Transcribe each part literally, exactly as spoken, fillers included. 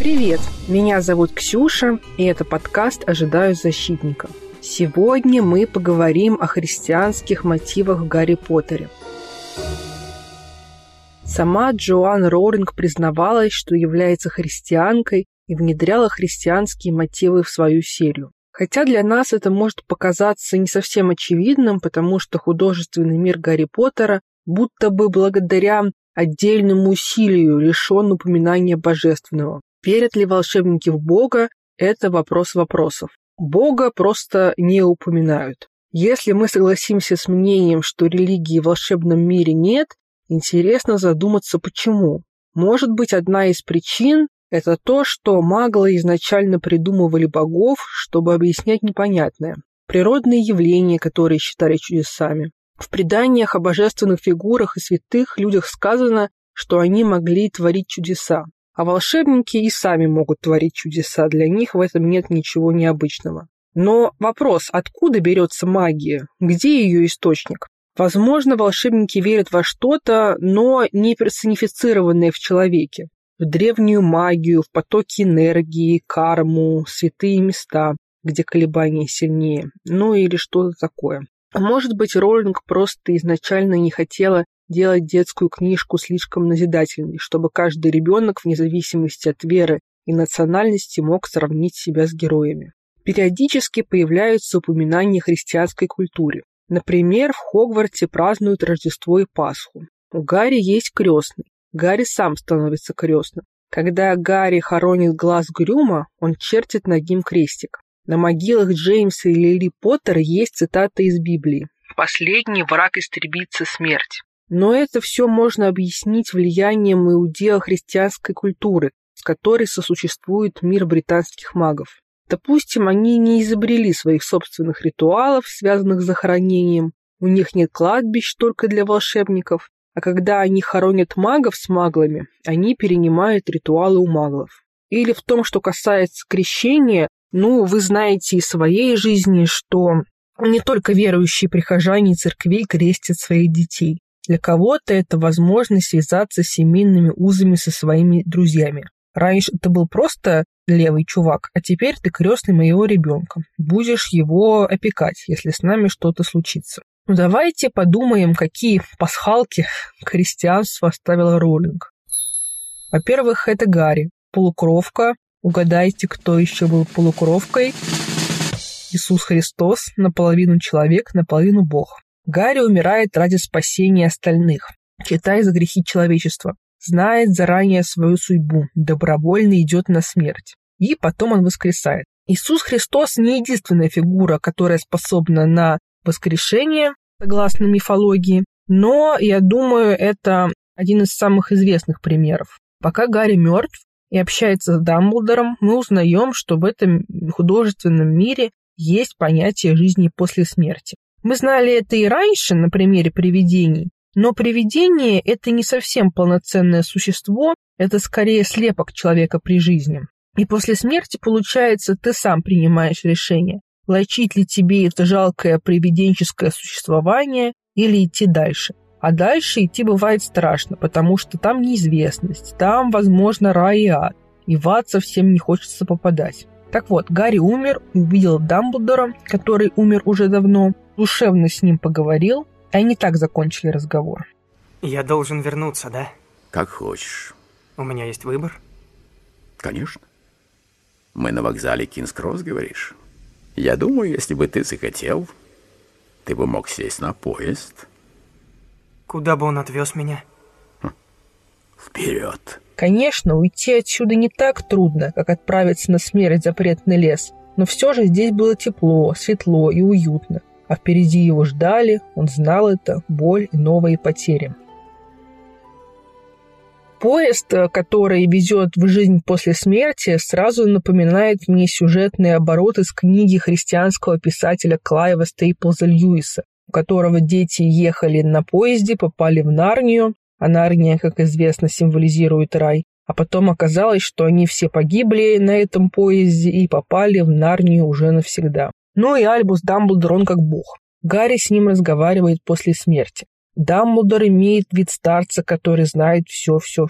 Привет, меня зовут Ксюша, и это подкаст «Ожидаю защитника». Сегодня мы поговорим о христианских мотивах в Гарри Поттере. Сама Джоан Роулинг признавалась, что является христианкой и внедряла христианские мотивы в свою серию. Хотя для нас это может показаться не совсем очевидным, потому что художественный мир Гарри Поттера будто бы благодаря отдельному усилию лишен упоминания божественного. Верят ли волшебники в Бога – это вопрос вопросов. Бога просто не упоминают. Если мы согласимся с мнением, что религии в волшебном мире нет, интересно задуматься, почему. Может быть, одна из причин – это то, что маглы изначально придумывали богов, чтобы объяснять непонятное. Природные явления, которые считали чудесами. В преданиях о божественных фигурах и святых людях сказано, что они могли творить чудеса. А волшебники и сами могут творить чудеса, для них в этом нет ничего необычного. Но вопрос, откуда берется магия? Где ее источник? Возможно, волшебники верят во что-то, но не персонифицированное в человеке. В древнюю магию, в потоки энергии, карму, святые места, где колебания сильнее, ну или что-то такое. А может быть, Роулинг просто изначально не хотела делать детскую книжку слишком назидательной, чтобы каждый ребенок, вне зависимости от веры и национальности, мог сравнить себя с героями. Периодически появляются упоминания христианской культуре. Например, в Хогвартсе празднуют Рождество и Пасху. У Гарри есть крестный. Гарри сам становится крестным. Когда Гарри хоронит глаз Грюма, он чертит над ним крестик. На могилах Джеймса и Лили Поттера есть цитаты из Библии. «Последний враг истребится смерть». Но это все можно объяснить влиянием иудео-христианской культуры, с которой сосуществует мир британских магов. Допустим, они не изобрели своих собственных ритуалов, связанных с захоронением, у них нет кладбищ только для волшебников, а когда они хоронят магов с маглами, они перенимают ритуалы у маглов. Или в том, что касается крещения, ну, вы знаете из своей жизни, что не только верующие прихожане церквей крестят своих детей. Для кого-то это возможность связаться с семейными узами со своими друзьями. Раньше ты был просто левый чувак, а теперь ты крестный моего ребенка. Будешь его опекать, если с нами что-то случится. Ну, давайте подумаем, какие пасхалки христианство оставило Роулинг. Во-первых, это Гарри, полукровка. Угадайте, кто еще был полукровкой? Иисус Христос, наполовину человек, наполовину Бог. Гарри умирает ради спасения остальных, считая за грехи человечества, знает заранее свою судьбу, добровольно идет на смерть. И потом он воскресает. Иисус Христос не единственная фигура, которая способна на воскрешение, согласно мифологии, но, я думаю, это один из самых известных примеров. Пока Гарри мертв и общается с Дамблдором, мы узнаем, что в этом художественном мире есть понятие жизни после смерти. Мы знали это и раньше на примере привидений, но привидение – это не совсем полноценное существо, это скорее слепок человека при жизни. И после смерти, получается, ты сам принимаешь решение, влачить ли тебе это жалкое привиденческое существование или идти дальше. А дальше идти бывает страшно, потому что там неизвестность, там, возможно, рай и ад, и в ад совсем не хочется попадать. Так вот, Гарри умер, увидел Дамблдора, который умер уже давно, душевно с ним поговорил, и они так закончили разговор. Я должен вернуться, да? Как хочешь. У меня есть выбор? Конечно. Мы на вокзале Кингс-Кросс, говоришь? Я думаю, если бы ты захотел, ты бы мог сесть на поезд. Куда бы он отвез меня? Хм. Вперед. Конечно, уйти отсюда не так трудно, как отправиться на смерть в запретный лес, но все же здесь было тепло, светло и уютно, а впереди его ждали, он знал это, боль и новые потери. Поезд, который везет в жизнь после смерти, сразу напоминает мне сюжетный оборот из книги христианского писателя Клайва Стейплза Льюиса, у которого дети ехали на поезде, попали в Нарнию, а Нарния, как известно, символизирует рай, а потом оказалось, что они все погибли на этом поезде и попали в Нарнию уже навсегда. Ну и Альбус Дамблдор, он как бог. Гарри с ним разговаривает после смерти. Дамблдор имеет вид старца, который знает все-все-все.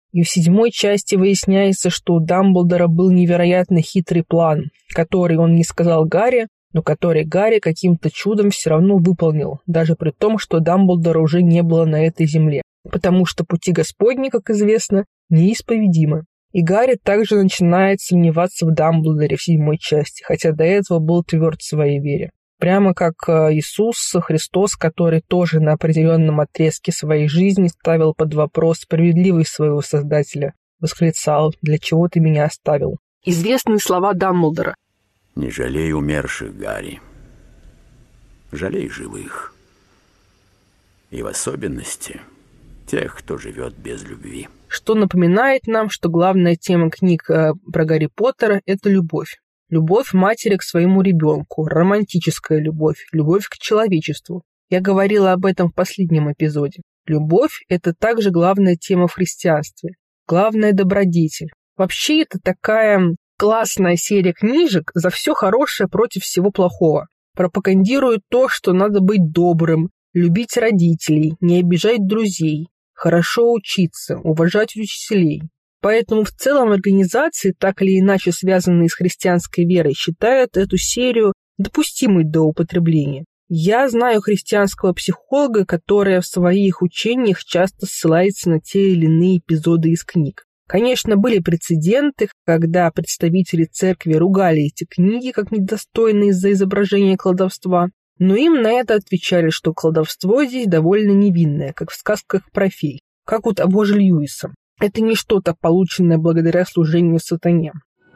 И в седьмой части выясняется, что у Дамблдора был невероятно хитрый план, который он не сказал Гарри, но который Гарри каким-то чудом все равно выполнил, даже при том, что Дамблдора уже не было на этой земле, потому что пути Господни, как известно, неисповедимы. И Гарри также начинает сомневаться в Дамблдоре в седьмой части, хотя до этого был тверд в своей вере. Прямо как Иисус Христос, который тоже на определенном отрезке своей жизни ставил под вопрос справедливость своего Создателя, восклицал: «Для чего ты меня оставил?» Известные слова Дамблдора. «Не жалей умерших, Гарри. Жалей живых. И в особенности тех, кто живет без любви». Что напоминает нам, что главная тема книг про Гарри Поттера – это любовь. Любовь матери к своему ребенку, романтическая любовь, любовь к человечеству. Я говорила об этом в последнем эпизоде. Любовь – это также главная тема в христианстве, главная добродетель. Вообще это такая классная серия книжек за все хорошее против всего плохого. Пропагандирует то, что надо быть добрым, любить родителей, не обижать друзей, хорошо учиться, уважать учителей. Поэтому в целом организации, так или иначе связанные с христианской верой, считают эту серию допустимой до употребления. Я знаю христианского психолога, который в своих учениях часто ссылается на те или иные эпизоды из книг. Конечно, были прецеденты, когда представители церкви ругали эти книги как недостойные из-за изображения колдовства, но им на это отвечали, что колдовство здесь довольно невинное, как в сказках про фей, как у того же Льюиса. Это не что-то, полученное благодаря служению сатане.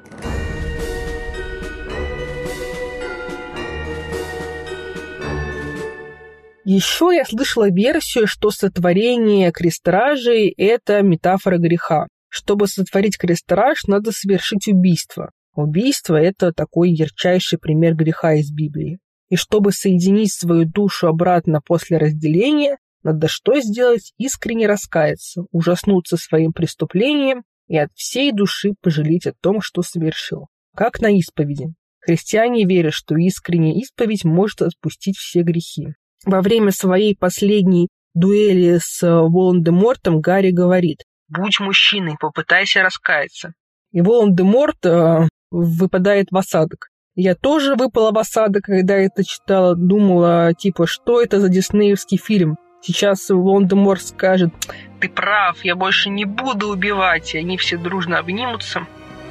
Еще я слышала версию, что сотворение крестражей – это метафора греха. Чтобы сотворить крестраж, надо совершить убийство. Убийство – это такой ярчайший пример греха из Библии. И чтобы соединить свою душу обратно после разделения, надо что сделать? Искренне раскаяться, ужаснуться своим преступлением и от всей души пожалеть о том, что совершил. Как на исповеди. Христиане верят, что искренняя исповедь может отпустить все грехи. Во время своей последней дуэли с Волан-де-Мортом Гарри говорит: «Будь мужчиной, попытайся раскаяться». И Волан-де-Морт э, выпадает в осадок. Я тоже выпала в осадок, когда это читала, думала, типа, что это за диснеевский фильм? Сейчас Волан-де-Морт скажет: «Ты прав, я больше не буду убивать», и они все дружно обнимутся.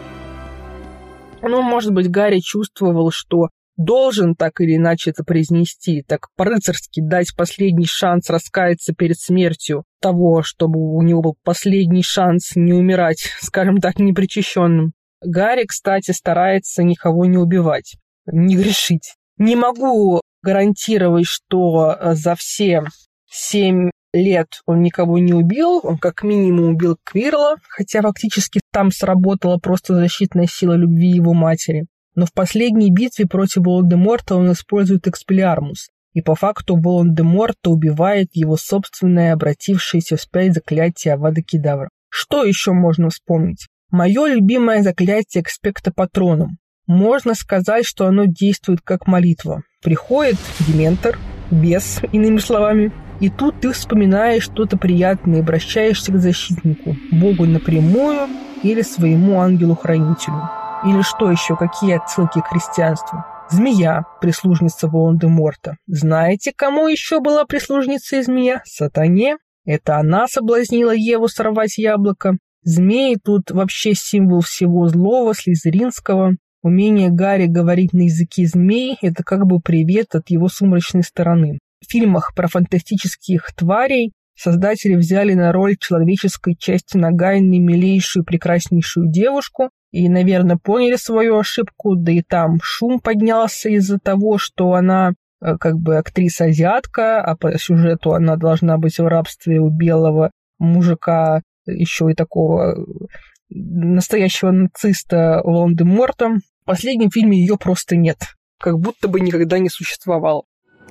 Ну, может быть, Гарри чувствовал, что должен так или иначе это произнести, так по-рыцарски дать последний шанс раскаяться перед смертью того, чтобы у него был последний шанс не умирать, скажем так, непричащенным. Гарри, кстати, старается никого не убивать, не грешить. Не могу гарантировать, что за все семь лет он никого не убил, он как минимум убил Квирла, хотя фактически там сработала просто защитная сила любви его матери. Но в последней битве против Волан-де-Морта он использует Экспеллиармус, и по факту Волан-де-Морта убивает его собственное обратившееся вспять заклятие Авада Кедавра. Что еще можно вспомнить? Мое любимое заклятие Экспекто Патронум. Можно сказать, что оно действует как молитва. Приходит дементор, бес, иными словами, и тут ты вспоминаешь что-то приятное и обращаешься к защитнику, Богу напрямую или своему ангелу-хранителю. Или что еще, какие отсылки к христианству? Змея, прислужница Волан-де-Морта. Знаете, кому еще была прислужницей змея? Сатане. Это она соблазнила Еву сорвать яблоко. Змеи тут вообще символ всего злого, слизеринского. Умение Гарри говорить на языке змей – это как бы привет от его сумрачной стороны. В фильмах про фантастических тварей создатели взяли на роль человеческой части Нагайны милейшую прекраснейшую девушку и, наверное, поняли свою ошибку, да и там шум поднялся из-за того, что она как бы актриса-азиатка, а по сюжету она должна быть в рабстве у белого мужика, еще и такого настоящего нациста Волан-де-Морта. В последнем фильме ее просто нет, как будто бы никогда не существовало.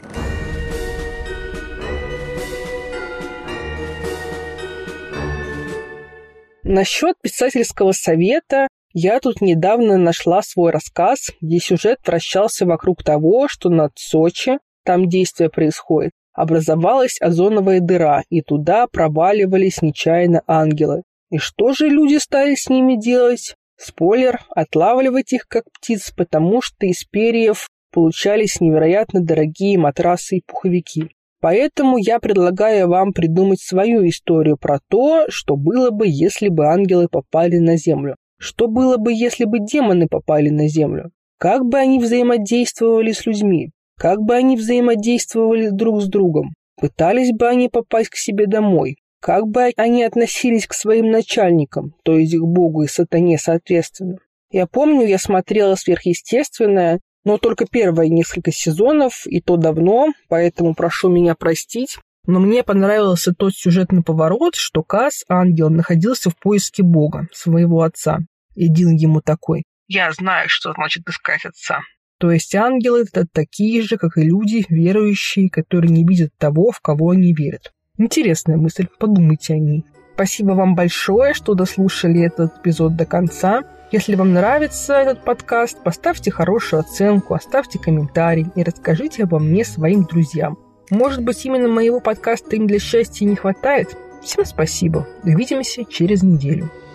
Насчет писательского совета я тут недавно нашла свой рассказ, где сюжет вращался вокруг того, что над Сочи, там действие происходит, образовалась озоновая дыра, и туда проваливались нечаянно ангелы. И что же люди стали с ними делать? Спойлер, отлавливать их как птиц, потому что из перьев получались невероятно дорогие матрасы и пуховики. Поэтому я предлагаю вам придумать свою историю про то, что было бы, если бы ангелы попали на Землю. Что было бы, если бы демоны попали на Землю? Как бы они взаимодействовали с людьми? Как бы они взаимодействовали друг с другом? Пытались бы они попасть к себе домой? Как бы они относились к своим начальникам, то есть к Богу и сатане соответственно? Я помню, я смотрела «Сверхъестественное», но только первые несколько сезонов, и то давно, поэтому прошу меня простить. Но мне понравился тот сюжетный поворот, что Кас, ангел, находился в поиске Бога, своего отца. И Дин ему такой: «Я знаю, что значит искать отца». То есть ангелы — это такие же, как и люди, верующие, которые не видят того, в кого они верят. Интересная мысль, подумайте о ней. Спасибо вам большое, что дослушали этот эпизод до конца. Если вам нравится этот подкаст, поставьте хорошую оценку, оставьте комментарий и расскажите обо мне своим друзьям. Может быть, именно моего подкаста им для счастья не хватает? Всем спасибо. Увидимся через неделю.